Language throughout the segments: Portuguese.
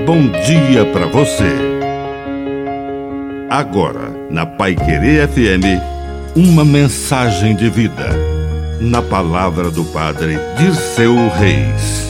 bom dia para você. Agora, na Paiquerê FM, uma mensagem de vida. Na palavra do Padre Dirceu Reis.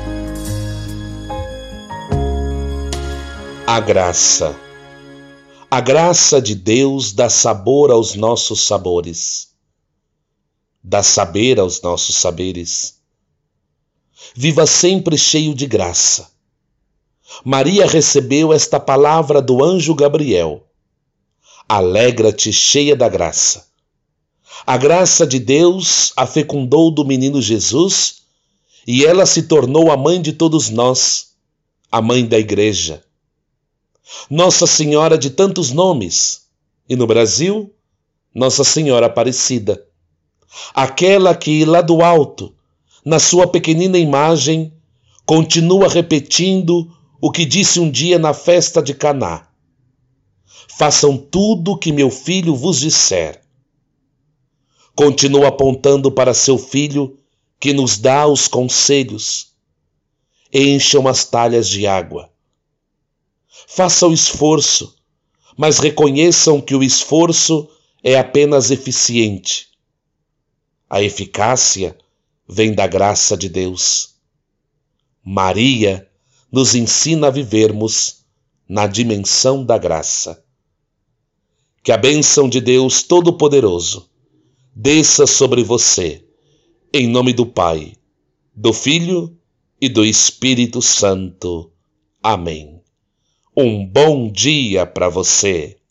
A graça. A graça de Deus dá sabor aos nossos sabores. Dá saber aos nossos saberes. Viva sempre cheio de graça. Maria recebeu esta palavra do anjo Gabriel. Alegra-te, cheia da graça. A graça de Deus a fecundou do menino Jesus e ela se tornou a mãe de todos nós, a mãe da Igreja. Nossa Senhora de tantos nomes, e no Brasil, Nossa Senhora Aparecida. Aquela que lá do alto, na sua pequenina imagem, continua repetindo o que disse um dia na festa de Caná. Façam tudo o que meu filho vos disser. Continua apontando para seu filho que nos dá os conselhos. Encham as talhas de água. Façam o esforço, mas reconheçam que o esforço é apenas eficiente. A eficácia vem da graça de Deus. Maria nos ensina a vivermos na dimensão da graça. Que a bênção de Deus Todo-Poderoso desça sobre você, em nome do Pai, do Filho e do Espírito Santo. Amém. Um bom dia para você.